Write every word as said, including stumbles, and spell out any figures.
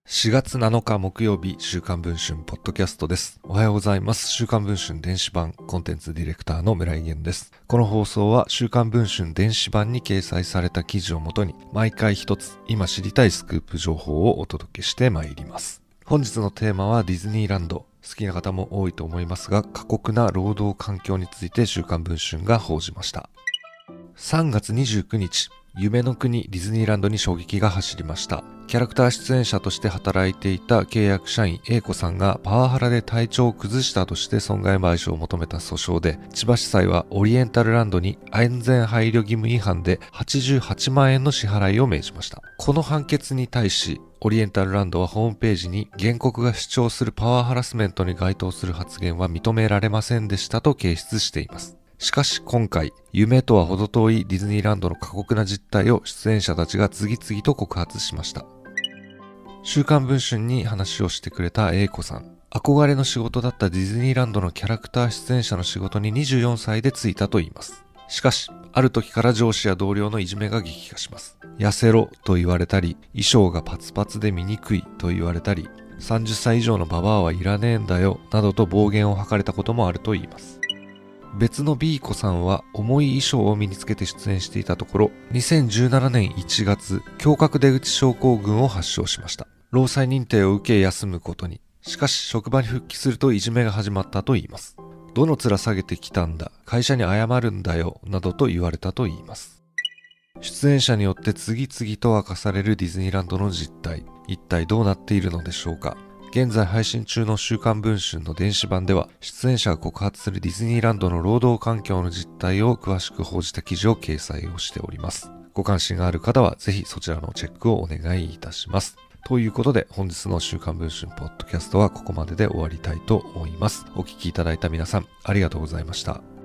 しがつなのか木曜日、週刊文春ポッドキャストです。おはようございます。週刊文春電子版コンテンツディレクターの村井源です。この放送は週刊文春電子版に掲載された記事をもとに、毎回一つ今知りたいスクープ情報をお届けしてまいります。本日のテーマはディズニーランド。好きな方も多いと思いますが、過酷な労働環境について週刊文春が報じました。さんがつにじゅうくにち、夢の国ディズニーランドに衝撃が走りました。キャラクター出演者として働いていた契約社員 A 子さんがパワハラで体調を崩したとして損害賠償を求めた訴訟で、千葉地裁はオリエンタルランドに安全配慮義務違反ではちじゅうはちまんえんの支払いを命じました。この判決に対し、オリエンタルランドはホームページに原告が主張するパワーハラスメントに該当する発言は認められませんでしたと掲出しています。しかし今回、夢とは程遠いディズニーランドの過酷な実態を出演者たちが次々と告発しました。週刊文春に話をしてくれた A 子さん。憧れの仕事だったディズニーランドのキャラクター出演者の仕事ににじゅうよんさいで就いたと言います。しかし、ある時から上司や同僚のいじめが激化します。痩せろと言われたり、衣装がパツパツで見にくいと言われたり、さんじゅっさい以上のババアはいらねえんだよ、などと暴言を吐かれたこともあると言います。別の B 子さんは重い衣装を身につけて出演していたところ、にせんじゅうななねんいちがつ、胸郭出口症候群を発症しました。労災認定を受け休むことに。しかし職場に復帰するといじめが始まったと言います。どの面下げてきたんだ、会社に謝るんだよ、などと言われたと言います。出演者によって次々と明かされるディズニーランドの実態。一体どうなっているのでしょうか。現在配信中の週刊文春の電子版では、出演者が告発するディズニーランドの労働環境の実態を詳しく報じた記事を掲載をしております。ご関心がある方はぜひそちらのチェックをお願いいたします。ということで本日の週刊文春ポッドキャストはここまでで終わりたいと思います。お聞きいただいた皆さんありがとうございました。